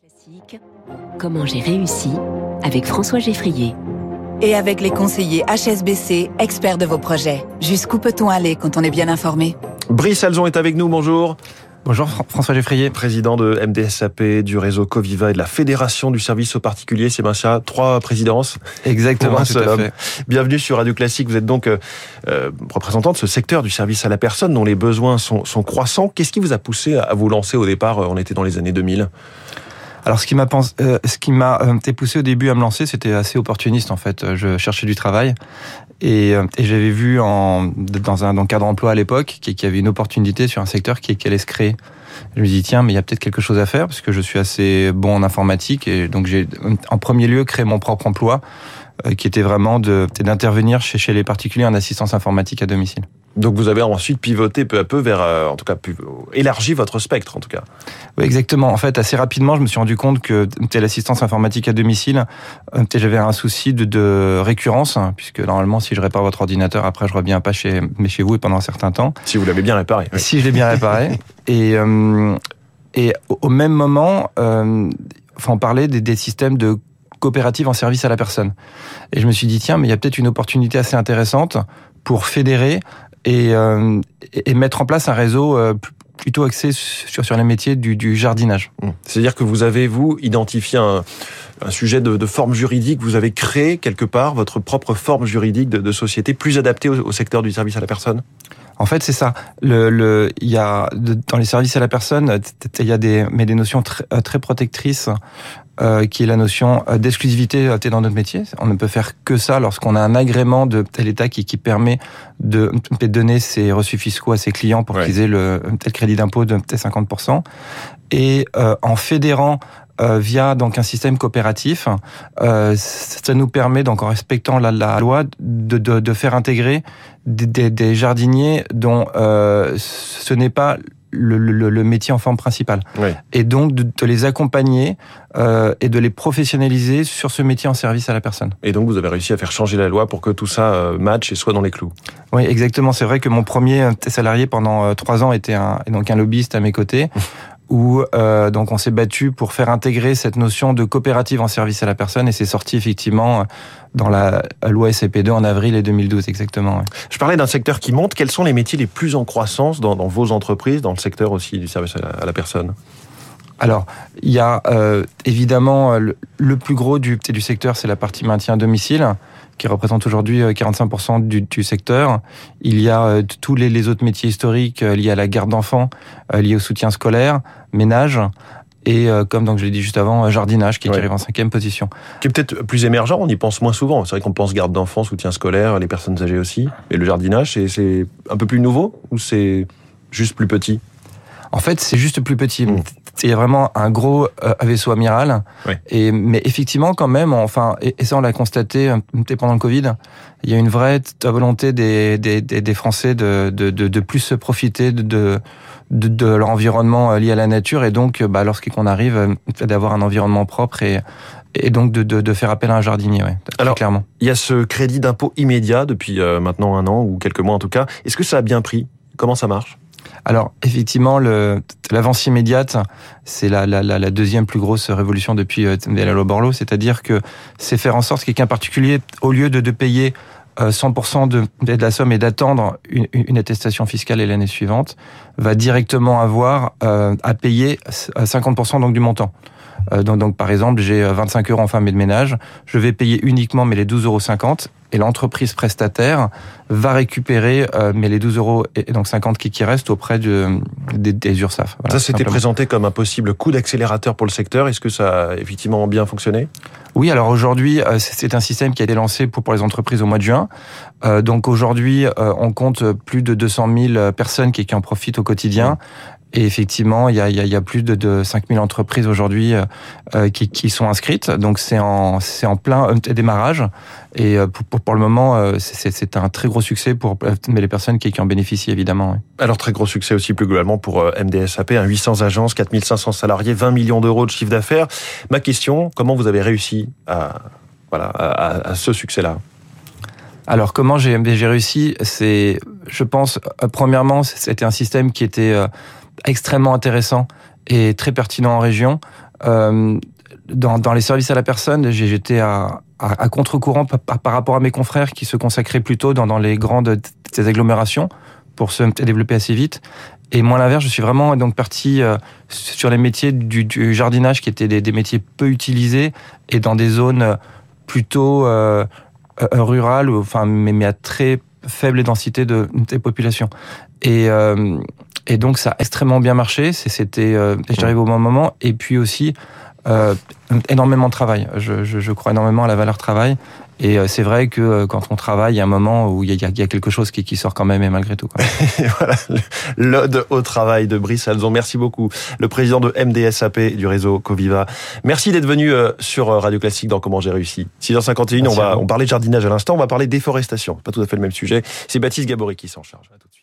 Comment j'ai réussi avec François Geffrier. Et avec les conseillers HSBC, experts de vos projets. Jusqu'où peut-on aller quand on est bien informé ? Brice Alzon est avec nous, bonjour. Bonjour François Geffrier. Président de MDSAP, du réseau Coviva et de la Fédération du service aux particuliers, c'est bien ça, 3 présidences. Exactement, tout à fait. Bienvenue sur Radio Classique, vous êtes donc représentant de ce secteur du service à la personne dont les besoins sont croissants. Qu'est-ce qui vous a poussé à vous lancer au départ, on était dans les années 2000 ? Alors, ce qui m'a poussé au début à me lancer, c'était assez opportuniste en fait. Je cherchais du travail et j'avais vu dans un cadre emploi à l'époque qu'il y avait une opportunité sur un secteur qui allait se créer. Je me dis tiens, mais il y a peut-être quelque chose à faire parce que je suis assez bon en informatique et donc j'ai en premier lieu créé mon propre emploi qui était vraiment d'intervenir chez les particuliers en assistance informatique à domicile. Donc vous avez ensuite pivoté peu à peu vers, en tout cas, élargi votre spectre en tout cas. Oui, exactement. En fait, assez rapidement, je me suis rendu compte que l'assistance informatique à domicile, j'avais un souci de récurrence, puisque normalement, si je répare votre ordinateur, après, je reviens pas chez vous et pendant un certain temps. Si vous l'avez bien réparé. Oui. Si je l'ai bien réparé. Et au même moment, on parlait des systèmes de coopératives en service à la personne. Et je me suis dit, tiens, mais il y a peut-être une opportunité assez intéressante pour fédérer et mettre en place un réseau plutôt axé sur les métiers du jardinage. C'est-à-dire que vous avez, vous, identifié un sujet de forme juridique, vous avez créé quelque part votre propre forme juridique de société plus adaptée au secteur du service à la personne ? En fait, c'est ça. Il y a dans les services à la personne, il y a des notions très protectrices, qui est la notion d'exclusivité dans notre métier. On ne peut faire que ça lorsqu'on a un agrément de l'État qui permet de donner ses reçus fiscaux à ses clients pour qu'ils aient le crédit d'impôt de 50%. Et en fédérant via donc un système coopératif, ça nous permet donc en respectant la loi de faire intégrer des jardiniers dont ce n'est pas le métier en forme principale. Oui. Et donc de les accompagner et de les professionnaliser sur ce métier en service à la personne. Et donc vous avez réussi à faire changer la loi pour que tout ça matche et soit dans les clous. Oui, exactement. C'est vrai que mon premier salarié pendant 3 ans était un lobbyiste à mes côtés. Où donc on s'est battu pour faire intégrer cette notion de coopérative en service à la personne et c'est sorti effectivement dans la loi SCP2 en avril 2012 exactement. Ouais. Je parlais d'un secteur qui monte. Quels sont les métiers les plus en croissance dans vos entreprises, dans le secteur aussi du service à la personne ? Alors, il y a évidemment le plus gros du secteur, c'est la partie maintien à domicile, qui représente aujourd'hui 45% du secteur. Il y a tous les autres métiers historiques liés à la garde d'enfants, liés au soutien scolaire, ménage, et comme donc je l'ai dit juste avant, jardinage, qui arrive en 5e position. Qui est peut-être plus émergent, on y pense moins souvent. C'est vrai qu'on pense garde d'enfants, soutien scolaire, les personnes âgées aussi. Mais le jardinage, c'est un peu plus nouveau ou c'est juste plus petit ? En fait, c'est juste plus petit. Il y a vraiment un gros vaisseau amiral. Oui. Mais effectivement, quand même, et ça on l'a constaté pendant le Covid, il y a une vraie volonté des Français de plus se profiter de leur environnement lié à la nature et donc lorsqu'on arrive d'avoir un environnement propre et donc de faire appel à un jardinier. Ouais, alors, clairement. Il y a ce crédit d'impôt immédiat depuis maintenant 1 an ou quelques mois en tout cas. Est-ce que ça a bien pris ? Comment ça marche ? Alors, effectivement, l'avance immédiate, c'est la deuxième plus grosse révolution depuis la loi Borloo, c'est-à-dire que c'est faire en sorte qu'un particulier, au lieu de payer 100% de la somme et d'attendre une attestation fiscale l'année suivante, va directement avoir à payer 50% donc du montant. Donc, par exemple, j'ai 25 € en femme et de ménage, je vais payer uniquement les 12,50 € et l'entreprise prestataire va récupérer les 12,50 € qui restent auprès des URSSAF. Voilà, ça, c'était présenté comme un possible coup d'accélérateur pour le secteur. Est-ce que ça a effectivement bien fonctionné ? Oui, alors aujourd'hui, c'est un système qui a été lancé pour les entreprises au mois de juin. Donc aujourd'hui, on compte plus de 200 000 personnes qui en profitent au quotidien. Et effectivement, il y a plus de 5000 entreprises aujourd'hui qui sont inscrites. Donc c'est en plein démarrage. Et pour le moment, c'est un très gros succès pour les personnes qui en bénéficient évidemment. Oui. Alors très gros succès aussi plus globalement pour MDSAP, 800 agences, 4500 salariés, 20 millions d'euros de chiffre d'affaires. Ma question, comment vous avez réussi à ce succès-là ? Alors comment j'ai réussi ? C'est, je pense, premièrement, c'était un système qui était extrêmement intéressant et très pertinent en région. dans les services à la personne, j'étais à contre-courant par rapport à mes confrères qui se consacraient plutôt dans les grandes agglomérations pour se développer assez vite. Et moi, à l'inverse, je suis vraiment donc parti sur les métiers du jardinage qui étaient des métiers peu utilisés et dans des zones plutôt rurales, enfin, mais à très faible densité des populations. Et donc, ça a extrêmement bien marché. J'arrive au bon moment. Et puis aussi, énormément de travail. Je crois énormément à la valeur travail. Et c'est vrai que quand on travaille, il y a un moment où il y a quelque chose qui sort quand même, et malgré tout. Quoi. Voilà, l'ode au travail de Brice Salzon. Merci beaucoup, le président de MDSAP du réseau Coviva. Merci d'être venu sur Radio Classique dans Comment j'ai réussi. 6h51, on parlait de jardinage à l'instant, on va parler déforestation. Pas tout à fait le même sujet. C'est Baptiste Gabory qui s'en charge. À tout de suite.